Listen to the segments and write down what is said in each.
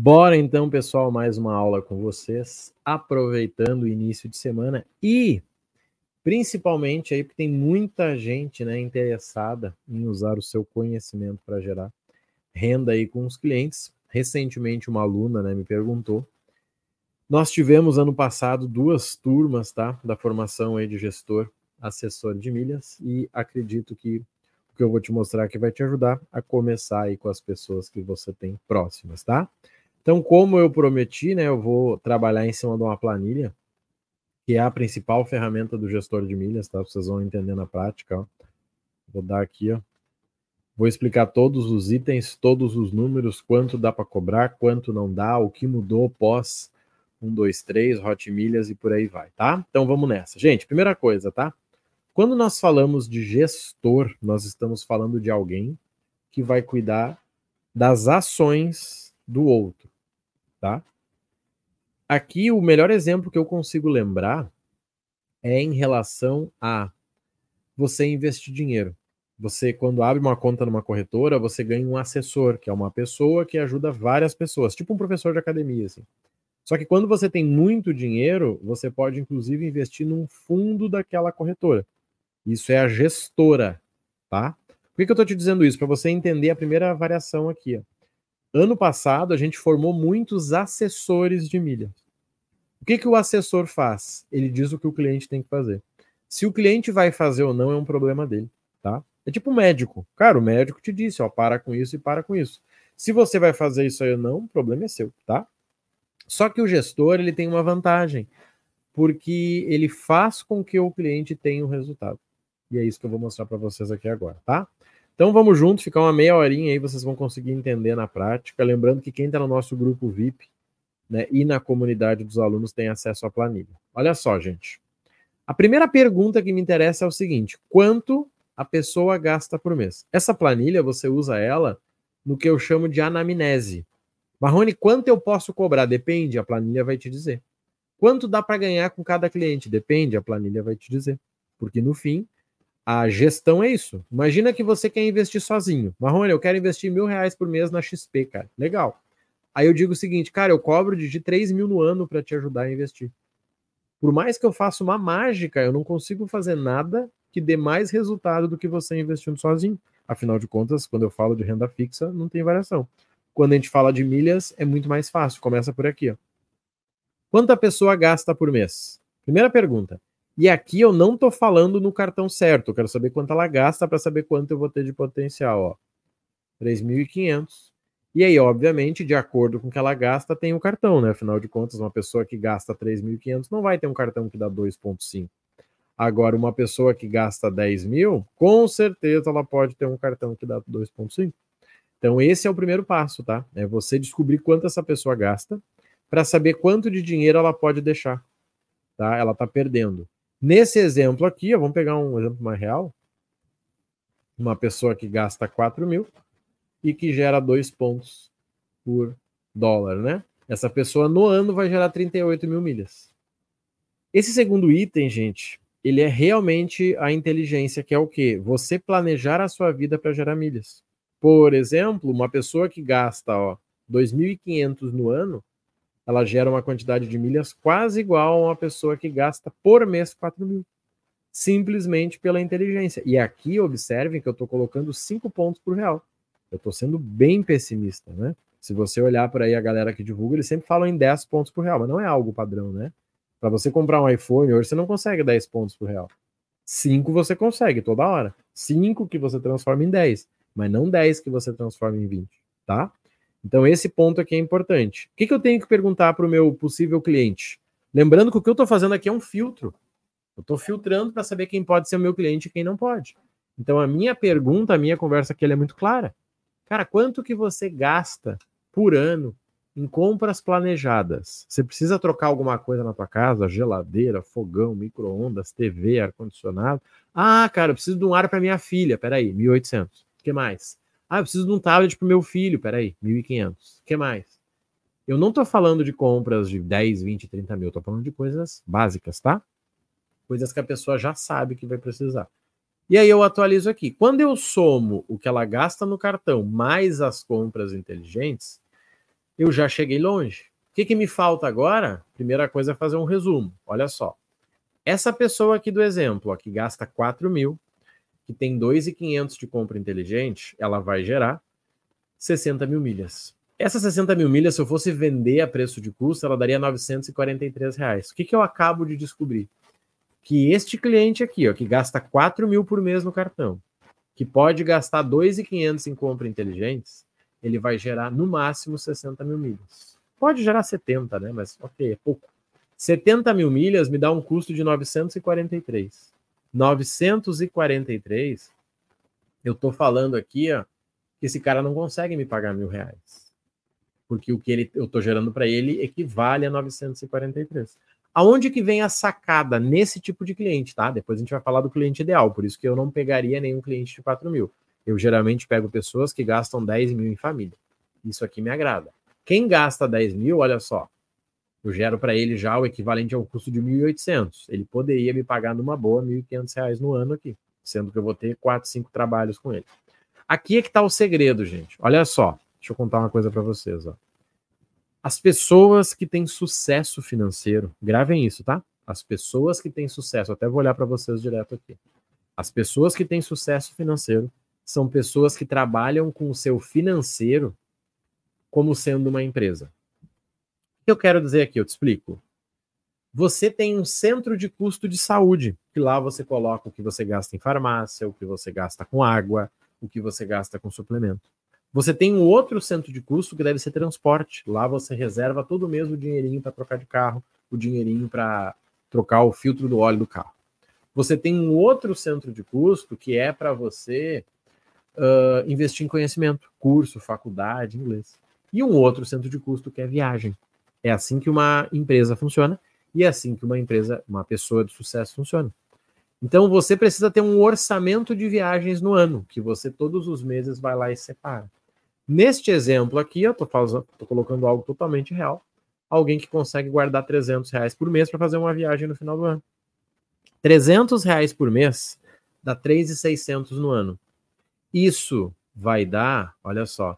Bora então, pessoal, mais uma aula com vocês, aproveitando o início de semana e principalmente aí porque tem muita gente, né, interessada em usar o seu conhecimento para gerar renda aí com os clientes. Recentemente uma aluna, né, me perguntou. Nós tivemos ano passado 2 turmas, tá, da formação aí de gestor, assessor de milhas, e acredito que o que eu vou te mostrar aqui vai te ajudar a começar aí com as pessoas que você tem próximas, tá? Então, como eu prometi, né, eu vou trabalhar em cima de uma planilha, que é a principal ferramenta do gestor de milhas, tá? Vocês vão entender na prática, ó. Vou dar aqui, ó. Vou explicar todos os itens, todos os números, quanto dá para cobrar, quanto não dá, o que mudou pós 1, 2, 3, Hot Milhas e por aí vai, tá? Então vamos nessa. Gente, primeira coisa, tá? Quando nós falamos de gestor, nós estamos falando de alguém que vai cuidar das ações do outro, tá? Aqui o melhor exemplo que eu consigo lembrar é em relação a você investir dinheiro. Você, quando abre uma conta numa corretora, você ganha um assessor, que é uma pessoa que ajuda várias pessoas, tipo um professor de academia, assim. Só que quando você tem muito dinheiro, você pode inclusive investir num fundo daquela corretora. Isso é a gestora, tá? Por que eu tô te dizendo isso? Para você entender a primeira variação aqui, ó. Ano passado, a gente formou muitos assessores de milhas. O que o assessor faz? Ele diz o que o cliente tem que fazer. Se o cliente vai fazer ou não é um problema dele, tá? É tipo um médico. Cara, o médico te disse, ó, para com isso e para com isso. Se você vai fazer isso aí ou não, o problema é seu, tá? Só que o gestor, ele tem uma vantagem, porque ele faz com que o cliente tenha um resultado. E é isso que eu vou mostrar para vocês aqui agora, tá? Então vamos junto, ficar uma meia horinha aí, vocês vão conseguir entender na prática. Lembrando que quem está no nosso grupo VIP, né, e na comunidade dos alunos tem acesso à planilha. Olha só, gente. A primeira pergunta que me interessa é o seguinte: quanto a pessoa gasta por mês? Essa planilha, você usa ela no que eu chamo de anamnese. Marrone, quanto eu posso cobrar? Depende, a planilha vai te dizer. Quanto dá para ganhar com cada cliente? Depende, a planilha vai te dizer. Porque no fim, a gestão é isso. Imagina que você quer investir sozinho. Marrone, eu quero investir R$1.000 por mês na XP, cara. Legal. Aí eu digo o seguinte, cara, eu cobro de 3 mil no ano para te ajudar a investir. Por mais que eu faça uma mágica, eu não consigo fazer nada que dê mais resultado do que você investindo sozinho. Afinal de contas, quando eu falo de renda fixa, não tem variação. Quando a gente fala de milhas, é muito mais fácil. Começa por aqui, ó. Quanto a pessoa gasta por mês? Primeira pergunta. E aqui eu não estou falando no cartão certo. Eu quero saber quanto ela gasta para saber quanto eu vou ter de potencial, ó. 3.500. E aí, obviamente, de acordo com o que ela gasta, tem o cartão, né? Afinal de contas, uma pessoa que gasta 3.500 não vai ter um cartão que dá 2,5. Agora, uma pessoa que gasta 10 mil, com certeza ela pode ter um cartão que dá 2,5. Então, esse é o primeiro passo, tá? É você descobrir quanto essa pessoa gasta para saber quanto de dinheiro ela pode deixar, tá? Ela tá perdendo. Nesse exemplo aqui, ó, vamos pegar um exemplo mais real. Uma pessoa que gasta 4 mil e que gera 2 pontos por dólar, né? Essa pessoa no ano vai gerar 38 mil milhas. Esse segundo item, gente, ele é realmente a inteligência, que é o quê? Você planejar a sua vida para gerar milhas. Por exemplo, uma pessoa que gasta 2.500 no ano, ela gera uma quantidade de milhas quase igual a uma pessoa que gasta por mês 4 mil. Simplesmente pela inteligência. E aqui, observem que eu estou colocando 5 pontos por real. Eu estou sendo bem pessimista, né? Se você olhar por aí a galera que divulga, eles sempre falam em 10 pontos por real, mas não é algo padrão, né? Para você comprar um iPhone hoje, você não consegue 10 pontos por real. 5 você consegue toda hora. 5 que você transforma em 10, mas não 10 que você transforma em 20, tá? Então esse ponto aqui é importante. O que eu tenho que perguntar para o meu possível cliente? Lembrando que o que eu estou fazendo aqui é um filtro. Eu estou filtrando para saber quem pode ser o meu cliente e quem não pode. Então a minha pergunta, a minha conversa aqui, ela é muito clara. Cara, quanto que você gasta por ano em compras planejadas? Você precisa trocar alguma coisa na tua casa? Geladeira, fogão, micro-ondas, TV, ar-condicionado? Ah, cara, eu preciso de um ar para minha filha. Peraí, 1.800. O que mais? Ah, eu preciso de um tablet para o meu filho. Peraí, 1.500. O que mais? Eu não estou falando de compras de 10, 20, 30 mil. Estou falando de coisas básicas, tá? Coisas que a pessoa já sabe que vai precisar. E aí eu atualizo aqui. Quando eu somo o que ela gasta no cartão mais as compras inteligentes, eu já cheguei longe. O que me falta agora? Primeira coisa é fazer um resumo. Olha só. Essa pessoa aqui do exemplo, ó, que gasta 4 mil, que tem 2.500 de compra inteligente, ela vai gerar 60 mil milhas. Essas 60 mil milhas, se eu fosse vender a preço de custo, ela daria R$943. O que eu acabo de descobrir? Que este cliente aqui, ó, que gasta 4 mil por mês no cartão, que pode gastar 2.500 em compra inteligentes, ele vai gerar no máximo 60 mil milhas. Pode gerar 70, né? Mas ok, é pouco. 70 mil milhas me dá um custo de 943. 943, eu tô falando aqui, ó, que esse cara não consegue me pagar R$1.000. Porque o que eu tô gerando para ele equivale a 943. Aonde que vem a sacada nesse tipo de cliente, tá? Depois a gente vai falar do cliente ideal, por isso que eu não pegaria nenhum cliente de 4 mil. Eu geralmente pego pessoas que gastam 10 mil em família. Isso aqui me agrada. Quem gasta 10 mil, olha só, eu gero para ele já o equivalente ao custo de 1.800. Ele poderia me pagar numa boa R$1.500 no ano aqui, sendo que eu vou ter 4, 5 trabalhos com ele. Aqui é que está o segredo, gente. Olha só, deixa eu contar uma coisa para vocês, ó. As pessoas que têm sucesso financeiro, gravem isso, tá? As pessoas que têm sucesso, até vou olhar para vocês direto aqui. As pessoas que têm sucesso financeiro são pessoas que trabalham com o seu financeiro como sendo uma empresa. O que eu quero dizer aqui? Eu te explico. Você tem um centro de custo de saúde, que lá você coloca o que você gasta em farmácia, o que você gasta com água, o que você gasta com suplemento. Você tem um outro centro de custo que deve ser transporte. Lá você reserva todo mês o dinheirinho para trocar de carro, o dinheirinho para trocar o filtro do óleo do carro. Você tem um outro centro de custo que é para você investir em conhecimento, curso, faculdade, inglês. E um outro centro de custo que é viagem. É assim que uma empresa funciona e é assim que uma pessoa de sucesso funciona. Então você precisa ter um orçamento de viagens no ano, que você todos os meses vai lá e separa. Neste exemplo aqui, eu tô colocando algo totalmente real. Alguém que consegue guardar R$300 por mês para fazer uma viagem no final do ano. R$300 por mês dá 3.600 no ano. Isso vai dar, olha só,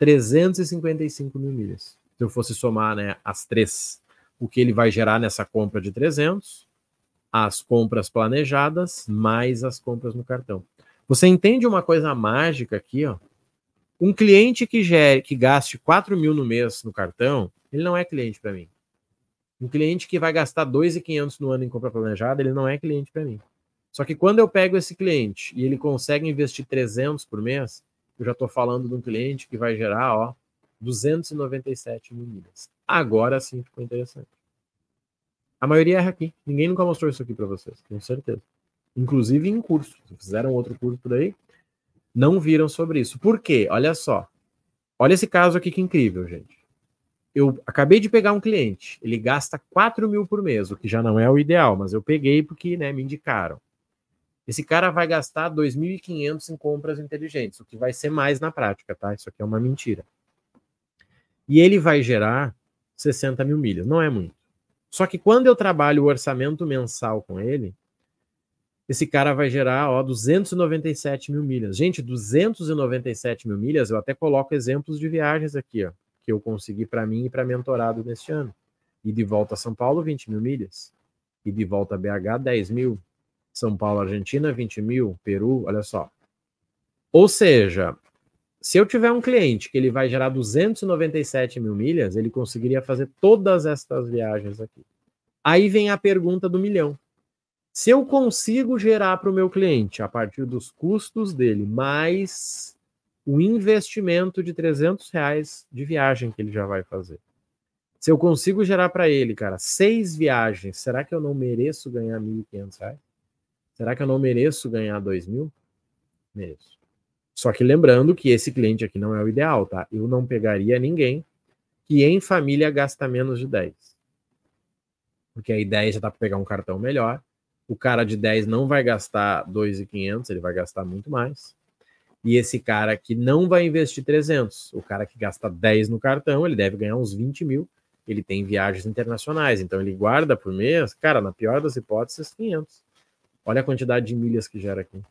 355 mil milhas. Se eu fosse somar, né, as três, o que ele vai gerar nessa compra de 300, as compras planejadas, mais as compras no cartão. Você entende uma coisa mágica aqui, ó? Um cliente que gaste 4 mil no mês no cartão, ele não é cliente para mim. Um cliente que vai gastar 2.500 no ano em compra planejada, ele não é cliente para mim. Só que quando eu pego esse cliente e ele consegue investir 300 por mês, eu já estou falando de um cliente que vai gerar, ó, 297 mil milhas. Agora sim ficou interessante. A maioria erra aqui. Ninguém nunca mostrou isso aqui para vocês, tenho certeza. Inclusive em curso. Se fizeram outro curso por aí, não viram sobre isso. Por quê? Olha só. Olha esse caso aqui que incrível, gente. Eu acabei de pegar um cliente. Ele gasta 4 mil por mês, o que já não é o ideal, mas eu peguei porque, né, me indicaram. Esse cara vai gastar 2.500 em compras inteligentes, o que vai ser mais na prática, tá? Isso aqui é uma mentira. E ele vai gerar 60 mil milhas. Não é muito. Só que quando eu trabalho o orçamento mensal com ele, esse cara vai gerar, ó, 297 mil milhas. Gente, 297 mil milhas, eu até coloco exemplos de viagens aqui, ó, que eu consegui para mim e para mentorado neste ano. E de volta a São Paulo, 20 mil milhas. E de volta a BH, 10 mil. São Paulo, Argentina, 20 mil. Peru, olha só. Ou seja, se eu tiver um cliente que ele vai gerar 297 mil milhas, ele conseguiria fazer todas estas viagens aqui. Aí vem a pergunta do milhão. Se eu consigo gerar para o meu cliente, a partir dos custos dele, mais o investimento de R$300 de viagem que ele já vai fazer. Se eu consigo gerar para ele, cara, 6 viagens, será que eu não mereço ganhar R$1.500? Será que eu não mereço ganhar 2.000? Mereço. Só que lembrando que esse cliente aqui não é o ideal, tá? Eu não pegaria ninguém que em família gasta menos de 10. Porque aí 10 já dá para pegar um cartão melhor. O cara de 10 não vai gastar 2.500, ele vai gastar muito mais. E esse cara que não vai investir 300, o cara que gasta 10 no cartão, ele deve ganhar uns 20 mil. Ele tem viagens internacionais, então ele guarda por mês, cara, na pior das hipóteses, 500. Olha a quantidade de milhas que gera aqui.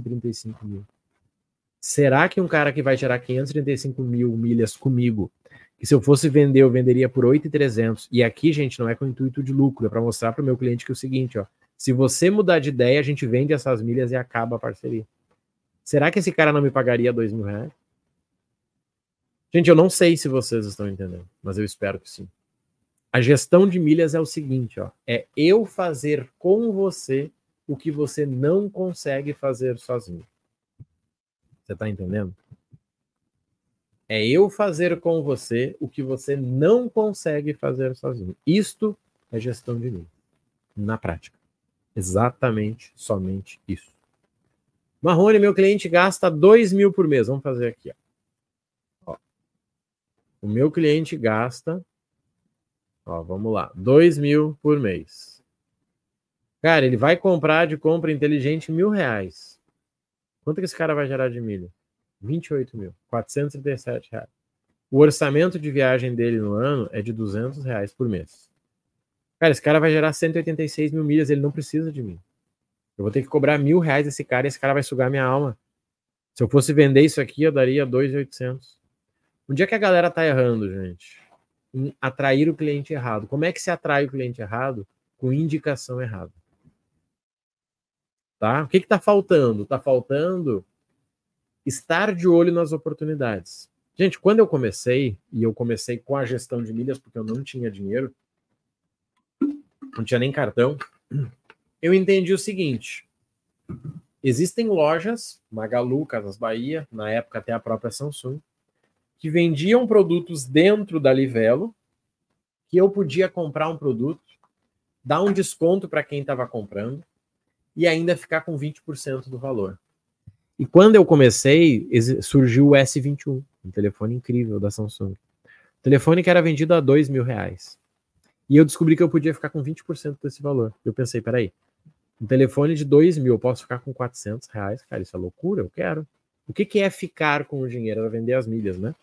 535 mil. Será que um cara que vai gerar 535 mil milhas comigo, que se eu fosse vender, eu venderia por 8.300. E aqui, gente, não é com intuito de lucro, é para mostrar para o meu cliente que é o seguinte, ó, se você mudar de ideia, a gente vende essas milhas e acaba a parceria. Será que esse cara não me pagaria R$2.000? Gente, eu não sei se vocês estão entendendo, mas eu espero que sim. A gestão de milhas é o seguinte, ó, é eu fazer com você o que você não consegue fazer sozinho. Você está entendendo? É eu fazer com você o que você não consegue fazer sozinho. Isto é gestão de milhas, na prática. Exatamente, somente isso. Marrone, meu cliente gasta 2.000 por mês. Vamos fazer aqui, ó. O meu cliente gasta, ó, vamos lá, 2.000 por mês. Cara, ele vai comprar de compra inteligente R$1.000. Quanto que esse cara vai gerar de milha? 28.000, R$437. O orçamento de viagem dele no ano é de R$200 por mês. Cara, esse cara vai gerar 186 mil milhas, ele não precisa de mim. Eu vou ter que cobrar R$1.000 desse cara e esse cara vai sugar minha alma. Se eu fosse vender isso aqui, eu daria 2.800. Onde é que a galera tá errando, gente? Em atrair o cliente errado. Como é que se atrai o cliente errado? Com indicação errada. Tá? O que tá faltando? Tá faltando estar de olho nas oportunidades. Gente, quando eu comecei, e eu comecei com a gestão de milhas, porque eu não tinha dinheiro, não tinha nem cartão, eu entendi o seguinte: existem lojas, Magalu, Casas Bahia, na época até a própria Samsung, que vendiam produtos dentro da Livelo, que eu podia comprar um produto, dar um desconto para quem estava comprando e ainda ficar com 20% do valor. E quando eu comecei, surgiu o S21, um telefone incrível da Samsung. Telefone que era vendido a R$2.000. E eu descobri que eu podia ficar com 20% desse valor. Eu pensei, peraí, um telefone de 2.000, eu posso ficar com R$400? Cara, isso é loucura, eu quero. O que é ficar com o dinheiro? Era vender as milhas, né?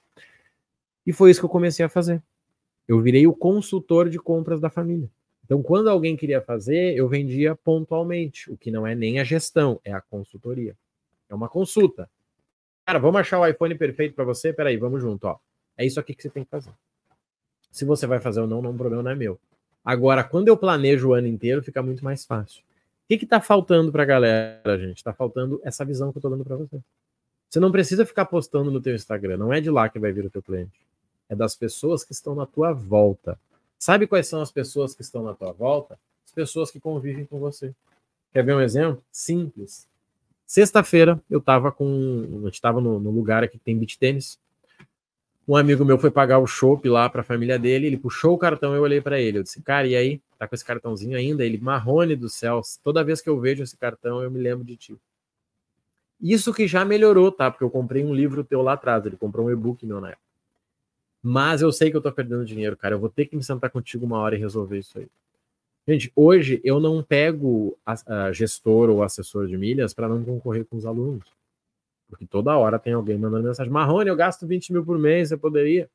E foi isso que eu comecei a fazer. Eu virei o consultor de compras da família. Então, quando alguém queria fazer, eu vendia pontualmente, o que não é nem a gestão, é a consultoria. É uma consulta. Cara, vamos achar o iPhone perfeito para você? Peraí, vamos junto, ó. É isso aqui que você tem que fazer. Se você vai fazer ou não, o problema não é meu. Agora, quando eu planejo o ano inteiro, fica muito mais fácil. O que tá faltando pra galera, gente? Tá faltando essa visão que eu tô dando para você. Você não precisa ficar postando no teu Instagram. Não é de lá que vai vir o teu cliente. É das pessoas que estão na tua volta. Sabe quais são as pessoas que estão na tua volta? As pessoas que convivem com você. Quer ver um exemplo? Simples. Sexta-feira, a gente estava no lugar aqui que tem beach tênis. Um amigo meu foi pagar o chopp lá para a família dele, ele puxou o cartão, eu olhei para ele, eu disse, cara, e aí? Tá com esse cartãozinho ainda? Ele, Marrone do céu, toda vez que eu vejo esse cartão, eu me lembro de ti. Isso que já melhorou, tá? Porque eu comprei um livro teu lá atrás, ele comprou um e-book meu na época. Mas eu sei que eu tô perdendo dinheiro, cara, eu vou ter que me sentar contigo uma hora e resolver isso aí. Gente, hoje eu não pego a gestor ou assessor de milhas para não concorrer com os alunos. Porque toda hora tem alguém mandando mensagem, Marrone, eu gasto 20.000 por mês, você poderia?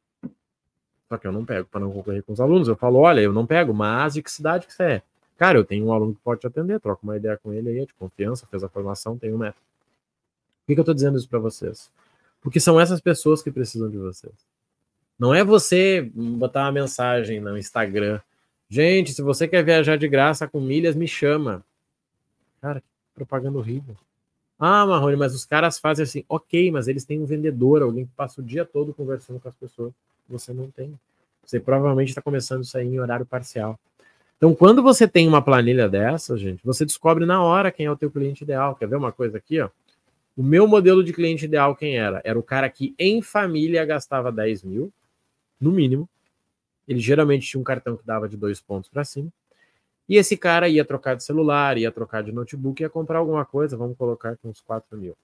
Só que eu não pego para não concorrer com os alunos. Eu falo, olha, eu não pego, mas de que cidade que você é? Cara, eu tenho um aluno que pode te atender, troca uma ideia com ele aí, é de confiança, fez a formação, tem um método. Por que eu tô dizendo isso para vocês? Porque são essas pessoas que precisam de vocês. Não é você botar uma mensagem no Instagram, gente, se você quer viajar de graça com milhas, me chama. Cara, que propaganda horrível. Ah, Marrone, mas os caras fazem assim, ok, mas eles têm um vendedor, alguém que passa o dia todo conversando com as pessoas. Você não tem. Você provavelmente está começando isso aí em horário parcial. Então, quando você tem uma planilha dessa, gente, você descobre na hora quem é o teu cliente ideal. Quer ver uma coisa aqui, ó? O meu modelo de cliente ideal, quem era? Era o cara que em família gastava 10.000, no mínimo. Ele geralmente tinha um cartão que dava de 2 pontos para cima. E esse cara ia trocar de celular, ia trocar de notebook, ia comprar alguma coisa, vamos colocar com uns 4.000.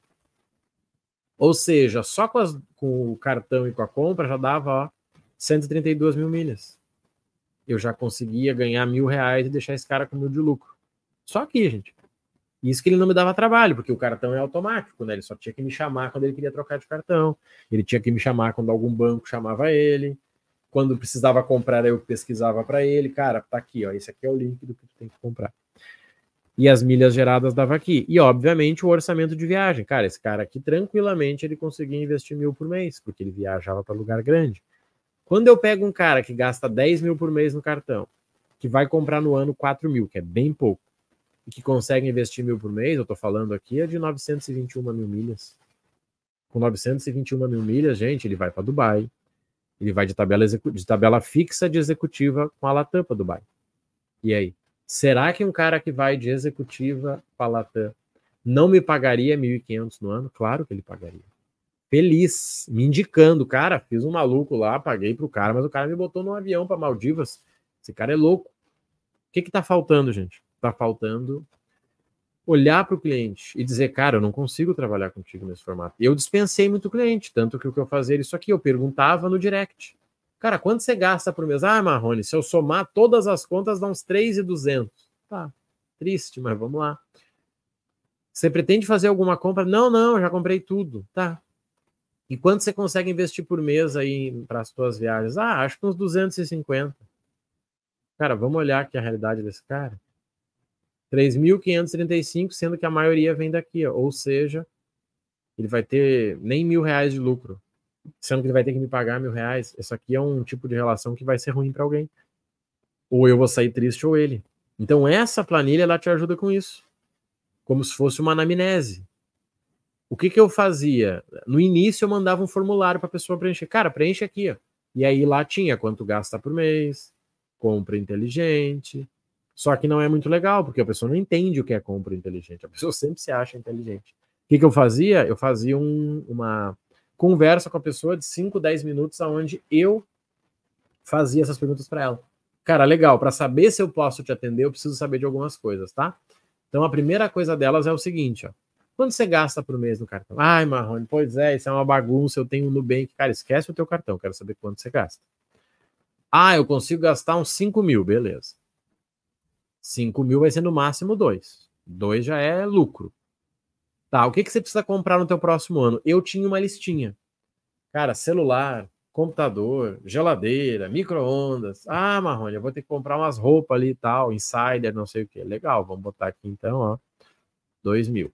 Ou seja, só com o cartão e com a compra já dava, ó, 132 mil milhas. Eu já conseguia ganhar R$1.000 e deixar esse cara com 1.000 de lucro. Só aqui, gente. Isso que ele não me dava trabalho, porque o cartão é automático, né? Ele só tinha que me chamar quando ele queria trocar de cartão. Ele tinha que me chamar quando algum banco chamava ele. Quando precisava comprar, eu pesquisava para ele. Cara, tá aqui, ó. Esse aqui é o link do que tu tem que comprar. E as milhas geradas dava aqui. E, obviamente, o orçamento de viagem. Cara, esse cara aqui, tranquilamente, ele conseguia investir 1.000 por mês, porque ele viajava para lugar grande. Quando eu pego um cara que gasta 10 mil por mês no cartão, que vai comprar no ano 4 mil, que é bem pouco, e que consegue investir 1.000 por mês, eu tô falando aqui, é de 921 mil milhas. Com 921 mil milhas, gente, ele vai para Dubai. Ele vai de tabela fixa de executiva com a Latam para Dubai. E aí? Será que um cara que vai de executiva para a Latam não me pagaria 1.500 no ano? Claro que ele pagaria. Feliz, me indicando, cara, fiz um maluco lá, paguei pro cara, mas o cara me botou num avião para Maldivas. Esse cara é louco. O que tá faltando, gente? Tá faltando olhar para o cliente e dizer, cara, eu não consigo trabalhar contigo nesse formato. Eu dispensei muito cliente, tanto que o que eu fazia era isso aqui, eu perguntava no direct. Cara, quanto você gasta por mês? Ah, Marrone, se eu somar todas as contas, dá uns 3.200. Tá, triste, mas vamos lá. Você pretende fazer alguma compra? Não, eu já comprei tudo. Tá. E quanto você consegue investir por mês aí para as suas viagens? Ah, acho que uns 250. Cara, vamos olhar aqui a realidade desse cara. 3.535, sendo que a maioria vem daqui, ó. Ou seja, ele vai ter nem R$ 1.000 de lucro, sendo que ele vai ter que me pagar R$ 1.000. Isso aqui é um tipo de relação que vai ser ruim para alguém. Ou eu vou sair triste ou ele. Então essa planilha, ela te ajuda com isso. Como se fosse uma anamnese. O que eu fazia? No início eu mandava um formulário para a pessoa preencher. Cara, preenche aqui, ó. E aí lá tinha quanto gasta por mês, compra inteligente. Só que não é muito legal, porque a pessoa não entende o que é compra inteligente. A pessoa sempre se acha inteligente. O que eu fazia? Eu fazia uma conversa com a pessoa de 5, 10 minutos, onde eu fazia essas perguntas para ela. Cara, legal, para saber se eu posso te atender, eu preciso saber de algumas coisas, tá? Então a primeira coisa delas é o seguinte, ó. Quanto você gasta por mês no cartão? Ai, Marrone, pois é, isso é uma bagunça, eu tenho um Nubank. Cara, esquece o teu cartão, quero saber quanto você gasta. Ah, eu consigo gastar uns 5 mil, beleza. 5 mil vai ser no máximo 2. 2 já é lucro. Tá, o que você precisa comprar no teu próximo ano? Eu tinha uma listinha. Cara, celular, computador, geladeira, micro-ondas. Ah, Marrone, eu vou ter que comprar umas roupas ali e tal, insider, não sei o que. Legal, vamos botar aqui então, ó, 2 mil.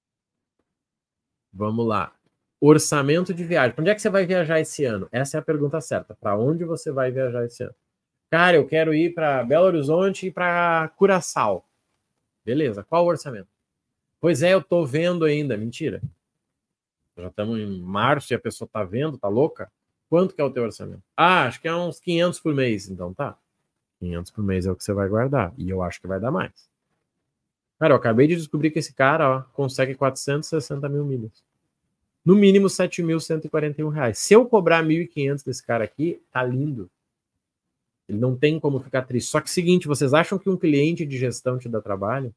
Vamos lá. Orçamento de viagem. Para onde é que você vai viajar esse ano? Essa é a pergunta certa. Para onde você vai viajar esse ano? Cara, eu quero ir para Belo Horizonte e para Curaçao. Beleza, qual o orçamento? Pois é, eu tô vendo ainda. Mentira. Já estamos em março e a pessoa tá vendo, tá louca? Quanto que é o teu orçamento? Ah, acho que é uns 500 por mês. Então tá. 500 por mês é o que você vai guardar. E eu acho que vai dar mais. Cara, eu acabei de descobrir que esse cara, ó, consegue 460 mil milhas. No mínimo R$ 7.141. Se eu cobrar 1.500 desse cara aqui, tá lindo. Ele não tem como ficar triste. Só que seguinte, vocês acham que um cliente de gestão te dá trabalho?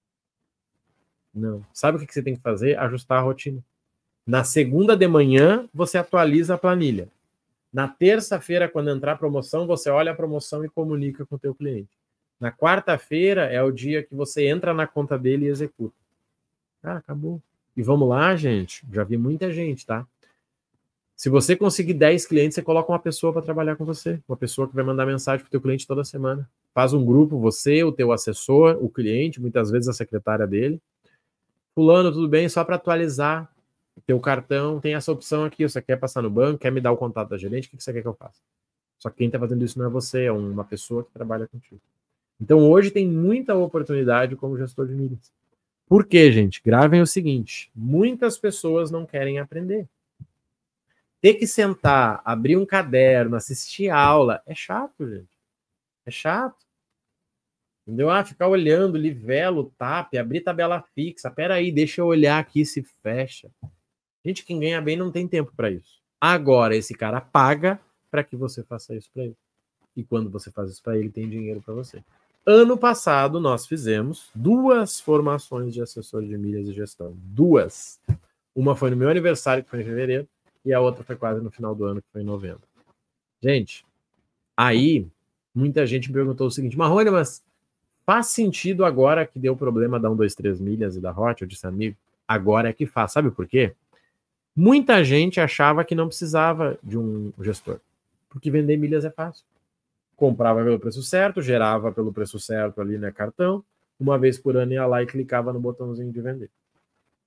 Não. Sabe o que você tem que fazer? Ajustar a rotina. Na segunda de manhã, você atualiza a planilha. Na terça-feira, quando entrar a promoção, você olha a promoção e comunica com o teu cliente. Na quarta-feira é o dia que você entra na conta dele e executa. Ah, acabou. E vamos lá, gente. Já vi muita gente, tá? Se você conseguir 10 clientes, você coloca uma pessoa para trabalhar com você. Uma pessoa que vai mandar mensagem para o teu cliente toda semana. Faz um grupo, você, o teu assessor, o cliente, muitas vezes a secretária dele. Fulano, tudo bem? Só para atualizar o teu cartão, tem essa opção aqui. Você quer passar no banco, quer me dar o contato da gerente, o que você quer que eu faça? Só que quem está fazendo isso não é você, é uma pessoa que trabalha contigo. Então hoje tem muita oportunidade como gestor de milhas. Por quê, gente? Gravem o seguinte: muitas pessoas não querem aprender. Ter que sentar, abrir um caderno, assistir aula, é chato, gente. É chato. Entendeu? Ah, ficar olhando, livelo, TAP, abrir tabela fixa. Peraí, deixa eu olhar aqui se fecha. Gente, quem ganha bem não tem tempo para isso. Agora, esse cara paga para que você faça isso para ele. E quando você faz isso para ele, tem dinheiro para você. Ano passado, nós fizemos 2 formações de assessor de milhas e gestão. 2. Uma foi no meu aniversário, que foi em fevereiro, e a outra foi quase no final do ano, que foi em novembro. Gente, aí muita gente me perguntou o seguinte: Marrone, mas faz sentido agora que deu problema da 123 milhas e da Hot? Eu disse, amigo, agora é que faz. Sabe por quê? Muita gente achava que não precisava de um gestor, porque vender milhas é fácil. Comprava pelo preço certo, gerava pelo preço certo ali, né, cartão, uma vez por ano ia lá e clicava no botãozinho de vender.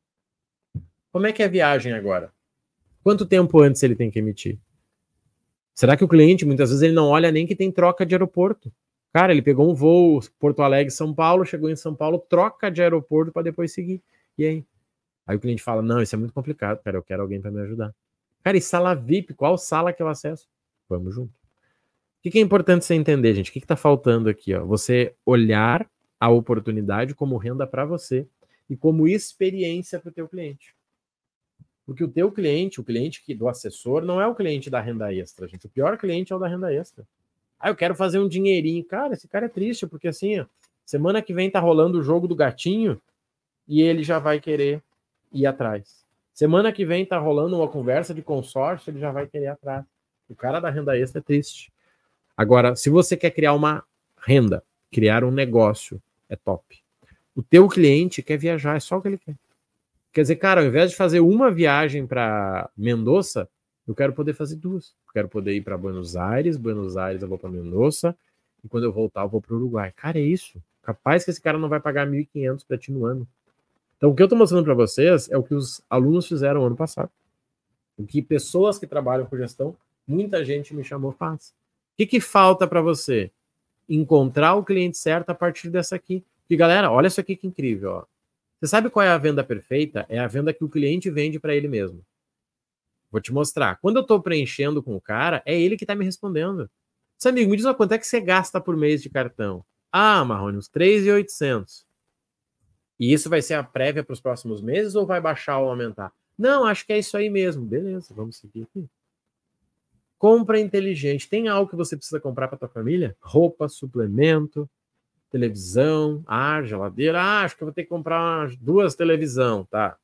Como é que é a viagem agora? Quanto tempo antes ele tem que emitir? Será que o cliente, muitas vezes, ele não olha nem que tem troca de aeroporto? Cara, ele pegou um voo Porto Alegre, São Paulo, chegou em São Paulo, troca de aeroporto para depois seguir. E aí? Aí o cliente fala, não, isso é muito complicado, cara, eu quero alguém para me ajudar. Cara, e sala VIP? Qual sala que eu acesso? Vamos junto. O que é importante você entender, gente? O que está faltando aqui? Ó? Você olhar a oportunidade como renda para você e como experiência para o teu cliente. Porque o teu cliente, o cliente do assessor, não é o cliente da renda extra, gente. O pior cliente é o da renda extra. Ah, eu quero fazer um dinheirinho. Cara, esse cara é triste, porque assim, ó, semana que vem tá rolando o jogo do gatinho e ele já vai querer ir atrás. Semana que vem tá rolando uma conversa de consórcio, ele já vai querer ir atrás. O cara da renda extra é triste. Agora, se você quer criar uma renda, criar um negócio, é top. O teu cliente quer viajar, é só o que ele quer. Quer dizer, cara, ao invés de fazer uma viagem para Mendoza, eu quero poder fazer duas. Eu quero poder ir para Buenos Aires eu vou para Mendoza, e quando eu voltar eu vou para o Uruguai. Cara, é isso. Capaz que esse cara não vai pagar 1.500 para ti no ano. Então, o que eu estou mostrando para vocês é o que os alunos fizeram ano passado. O que pessoas que trabalham com gestão, muita gente me chamou faz. O que falta para você? Encontrar o cliente certo a partir dessa aqui. E galera, olha isso aqui que incrível, ó. Você sabe qual é a venda perfeita? É a venda que o cliente vende para ele mesmo. Vou te mostrar. Quando eu estou preenchendo com o cara, é ele que está me respondendo. Seu amigo, me diz uma quanto é que você gasta por mês de cartão? Ah, Marrone, uns 3.800. E isso vai ser a prévia para os próximos meses ou vai baixar ou aumentar? Não, acho que é isso aí mesmo. Beleza, vamos seguir aqui. Compra inteligente. Tem algo que você precisa comprar para tua família? Roupa, suplemento, televisão, geladeira. Acho que eu vou ter que comprar 2 televisão, tá?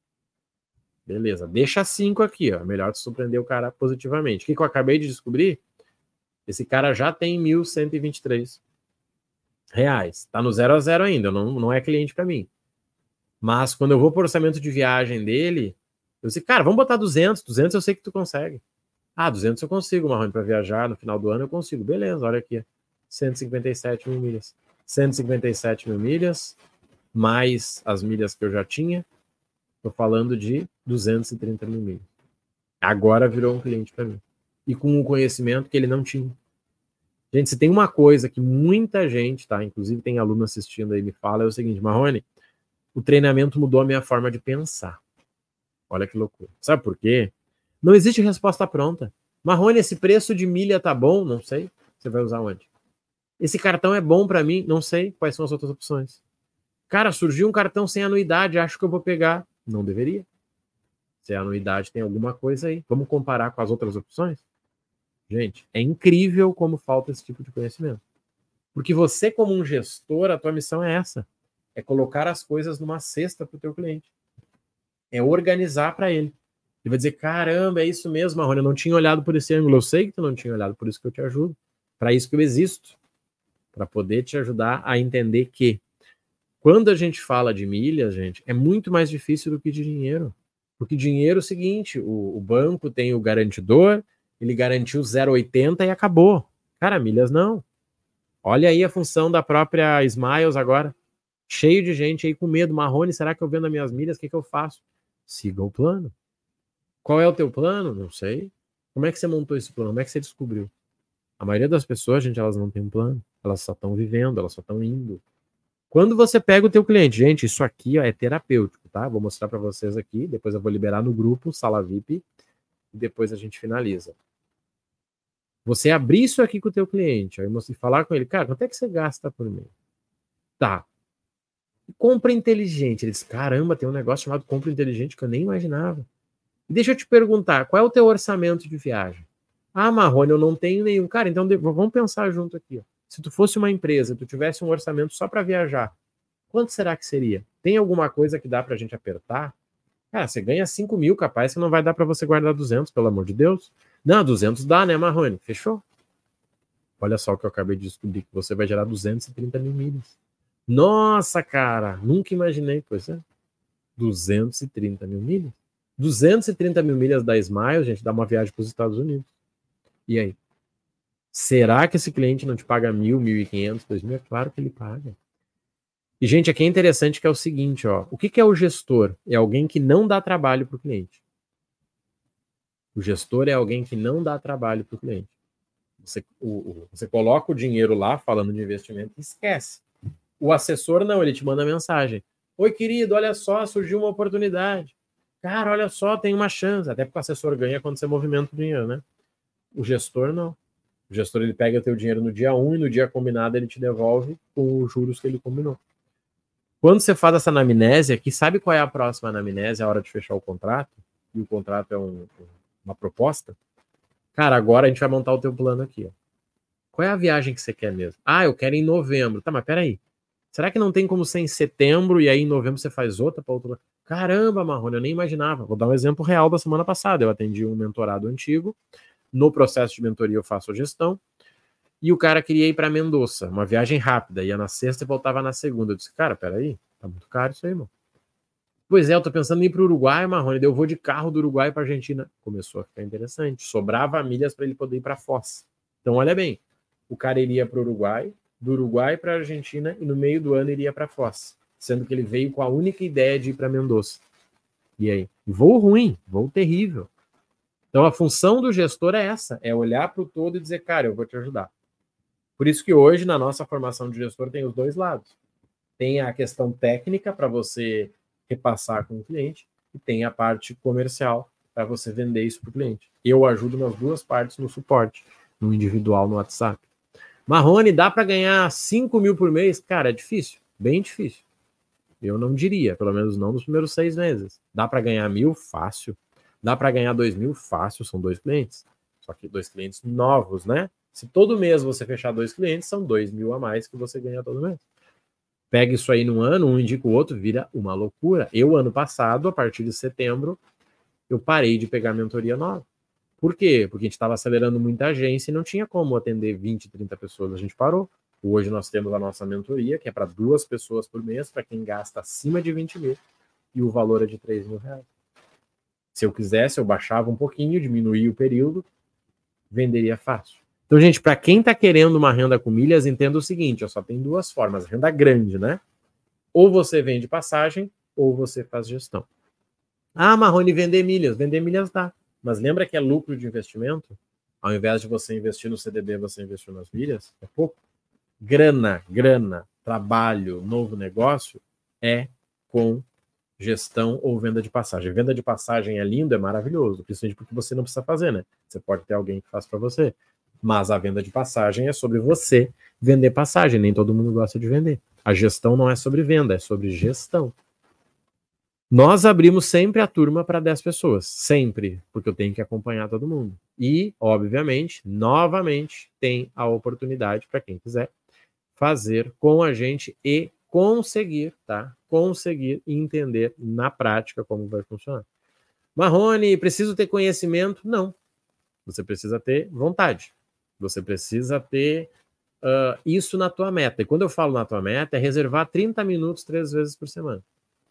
Beleza, deixa 5 aqui, ó. Melhor te surpreender o cara positivamente. O que eu acabei de descobrir? Esse cara já tem R$ 1.123. Tá no 0 a 0 ainda, não é cliente para mim. Mas quando eu vou pro orçamento de viagem dele, eu disse, cara, vamos botar 200 eu sei que tu consegue. 200 eu consigo, Marrone, para viajar no final do ano eu consigo. Beleza, olha aqui, 157 mil milhas. 157 mil milhas, mais as milhas que eu já tinha, tô falando de 230 mil milhas. Agora virou um cliente para mim. E com um conhecimento que ele não tinha. Gente, se tem uma coisa que muita gente, tá? Inclusive tem aluno assistindo aí, me fala, é o seguinte, Marrone, o treinamento mudou a minha forma de pensar. Olha que loucura. Sabe por quê? Não existe resposta pronta. Marrone, esse preço de milha tá bom? Não sei. Você vai usar onde? Esse cartão é bom para mim? Não sei. Quais são as outras opções? Cara, surgiu um cartão sem anuidade, acho que eu vou pegar. Não deveria. Se a anuidade tem alguma coisa aí. Vamos comparar com as outras opções? Gente, é incrível como falta esse tipo de conhecimento. Porque você, como um gestor, a tua missão é essa. É colocar as coisas numa cesta para o teu cliente. É organizar para ele. Ele vai dizer, caramba, é isso mesmo, Marrone, eu não tinha olhado por esse ângulo. Eu sei que tu não tinha olhado, por isso que eu te ajudo. Para isso que eu existo. Para poder te ajudar a entender que quando a gente fala de milhas, gente, é muito mais difícil do que de dinheiro. Porque dinheiro é o seguinte, o banco tem o garantidor, ele garantiu 0,80 e acabou. Cara, milhas não. Olha aí a função da própria Smiles agora. Cheio de gente aí com medo. Marrone, será que eu vendo as minhas milhas? O que eu faço? Siga o plano. Qual é o teu plano? Não sei. Como é que você montou esse plano? Como é que você descobriu? A maioria das pessoas, gente, elas não têm um plano. Elas só estão vivendo, elas só estão indo. Quando você pega o teu cliente, gente, isso aqui ó, é terapêutico, tá? Vou mostrar para vocês aqui, depois eu vou liberar no grupo, sala VIP, e depois a gente finaliza. Você abrir isso aqui com o teu cliente, aí você falar com ele, cara, quanto é que você gasta por mês? Tá. Compra inteligente. Ele diz, caramba, tem um negócio chamado compra inteligente que eu nem imaginava. E deixa eu te perguntar, qual é o teu orçamento de viagem? Marrone, eu não tenho nenhum. Cara, então vamos pensar junto aqui. Ó. Se tu fosse uma empresa, tu tivesse um orçamento só para viajar, quanto será que seria? Tem alguma coisa que dá pra gente apertar? Cara, você ganha 5 mil, capaz que não vai dar para você guardar 200, pelo amor de Deus. Não, 200 dá, né, Marrone? Fechou? Olha só o que eu acabei de descobrir, que você vai gerar 230 mil milhas. Nossa, cara, nunca imaginei, pois é. 230 mil milhas? 230 mil milhas da Smile, gente, dá uma viagem para os Estados Unidos. E aí? Será que esse cliente não te paga 1.000, 1.500, 2.000? É claro que ele paga. E, gente, aqui é interessante que é o seguinte, ó. O que é o gestor? É alguém que não dá trabalho para o cliente. O gestor é alguém que não dá trabalho para o cliente. Você coloca o dinheiro lá, falando de investimento, e esquece. O assessor não, ele te manda mensagem. Oi, querido, olha só, surgiu uma oportunidade. Cara, olha só, tem uma chance. Até porque o assessor ganha quando você movimenta o dinheiro, né? O gestor não. O gestor, ele pega o teu dinheiro no dia 1 e no dia combinado ele te devolve com os juros que ele combinou. Quando você faz essa anamnese aqui, sabe qual é a próxima anamnese? A hora de fechar o contrato? E o contrato é uma proposta? Cara, agora a gente vai montar o teu plano aqui, ó. Qual é a viagem que você quer mesmo? Ah, eu quero em novembro. Tá, mas peraí. Será que não tem como ser em setembro e aí em novembro você faz outra para outro? Caramba, Marrone, eu nem imaginava. Vou dar um exemplo real da semana passada. Eu atendi um mentorado antigo. No processo de mentoria eu faço a gestão. E o cara queria ir para Mendoza, uma viagem rápida. Ia na sexta e voltava na segunda. Eu disse, cara, peraí, tá muito caro isso aí, irmão. Pois é, eu tô pensando em ir para o Uruguai, Marrone. Eu vou de carro do Uruguai para Argentina. Começou a ficar interessante. Sobrava milhas para ele poder ir para Foz. Então, olha bem, o cara iria para o Uruguai, do Uruguai para a Argentina e no meio do ano iria para Foz, sendo que ele veio com a única ideia de ir para Mendoza. E aí? Voo ruim, voo terrível. Então, a função do gestor é essa, é olhar para o todo e dizer, cara, eu vou te ajudar. Por isso que hoje, na nossa formação de gestor, tem os dois lados. Tem a questão técnica para você repassar com o cliente e tem a parte comercial para você vender isso para o cliente. Eu ajudo nas duas partes no suporte, no individual, no WhatsApp. Marrone, dá para ganhar 5 mil por mês? Cara, é difícil, bem difícil. Eu não diria, pelo menos não nos primeiros 6 meses. Dá para ganhar 1.000? Fácil. Dá para ganhar 2.000? Fácil, são 2 clientes. Só que 2 clientes novos, né? Se todo mês você fechar 2 clientes, são 2.000 a mais que você ganha todo mês. Pega isso aí num ano, um indica o outro, vira uma loucura. Eu, ano passado, a partir de setembro, eu parei de pegar mentoria nova. Por quê? Porque a gente estava acelerando muita agência e não tinha como atender 20, 30 pessoas. A gente parou. Hoje nós temos a nossa mentoria, que é para 2 pessoas por mês, para quem gasta acima de 20 mil, e o valor é de 3 mil reais. Se eu quisesse, eu baixava um pouquinho, diminuía o período, venderia fácil. Então, gente, para quem está querendo uma renda com milhas, entenda o seguinte, só tem 2 formas, renda grande, né? Ou você vende passagem, ou você faz gestão. Ah, Marrone, vender milhas dá. Mas lembra que é lucro de investimento? Ao invés de você investir no CDB, você investiu nas milhas? É pouco. Grana, trabalho, novo negócio é com gestão ou venda de passagem. Venda de passagem é lindo, é maravilhoso, principalmente porque você não precisa fazer, né? Você pode ter alguém que faz para você. Mas a venda de passagem é sobre você vender passagem. Nem todo mundo gosta de vender. A gestão não é sobre venda, é sobre gestão. Nós abrimos sempre a turma para 10 pessoas, sempre, porque eu tenho que acompanhar todo mundo. E, obviamente, novamente, tem a oportunidade para quem quiser fazer com a gente e conseguir, tá? Conseguir entender na prática como vai funcionar. Marrone, preciso ter conhecimento? Não. Você precisa ter vontade. Você precisa ter isso na tua meta. E quando eu falo na tua meta, é reservar 30 minutos 3 vezes por semana.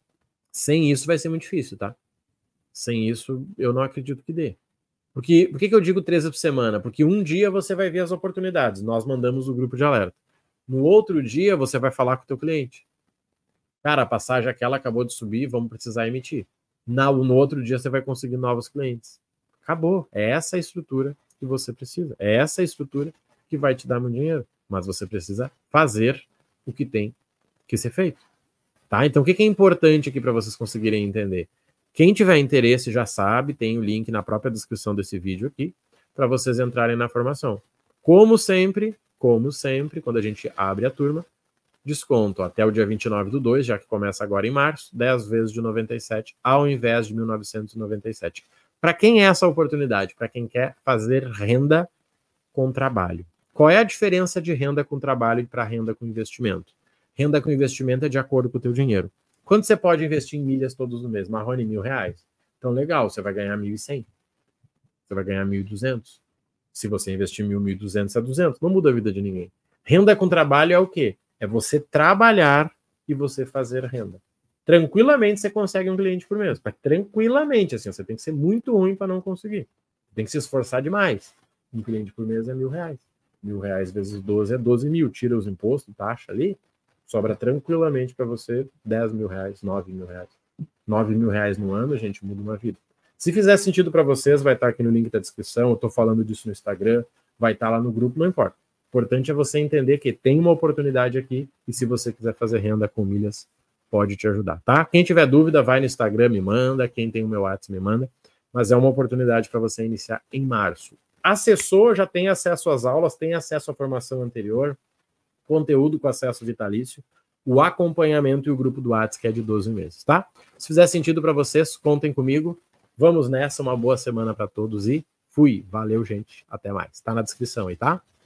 Sem isso vai ser muito difícil, tá? Sem isso, eu não acredito que dê. Por que eu digo 3 vezes por semana? Porque um dia você vai ver as oportunidades. Nós mandamos o grupo de alerta. No outro dia, você vai falar com o teu cliente. Cara, a passagem aquela acabou de subir, vamos precisar emitir. No outro dia, você vai conseguir novos clientes. Acabou. É essa a estrutura que você precisa. É essa a estrutura que vai te dar muito dinheiro. Mas você precisa fazer o que tem que ser feito. Tá? Então, o que é importante aqui para vocês conseguirem entender? Quem tiver interesse já sabe, tem o link na própria descrição desse vídeo aqui, para vocês entrarem na formação. Como sempre, quando a gente abre a turma, desconto até o dia 29/2, já que começa agora em março, 10 vezes de 97, ao invés de 1.997. Para quem é essa oportunidade? Para quem quer fazer renda com trabalho. Qual é a diferença de renda com trabalho para renda com investimento? Renda com investimento é de acordo com o teu dinheiro. Quanto você pode investir em milhas todos os meses? Marrone, R$1.000. Então, legal, você vai ganhar 1.100. Você vai ganhar 1.200. Se você investir 1.200 a 200, não muda a vida de ninguém. Renda com trabalho é o quê? É você trabalhar e você fazer renda. Tranquilamente você consegue um cliente por mês. Mas tranquilamente, assim, você tem que ser muito ruim para não conseguir. Tem que se esforçar demais. Um cliente por mês é R$1.000. R$1.000 vezes 12 é 12 mil. Tira os impostos, taxa ali, sobra tranquilamente para você 10 mil reais, 9 mil reais. 9 mil reais no ano, a gente muda uma vida. Se fizer sentido para vocês, vai estar aqui no link da descrição, eu estou falando disso no Instagram, vai estar lá no grupo, não importa. O importante é você entender que tem uma oportunidade aqui e se você quiser fazer renda com milhas, pode te ajudar, tá? Quem tiver dúvida, vai no Instagram, me manda, quem tem o meu WhatsApp, me manda, mas é uma oportunidade para você iniciar em março. Acessou, já tem acesso às aulas, tem acesso à formação anterior, conteúdo com acesso vitalício, o acompanhamento e o grupo do WhatsApp, que é de 12 meses, tá? Se fizer sentido para vocês, contem comigo. Vamos nessa, uma boa semana para todos e fui. Valeu, gente. Até mais. Tá na descrição aí, tá?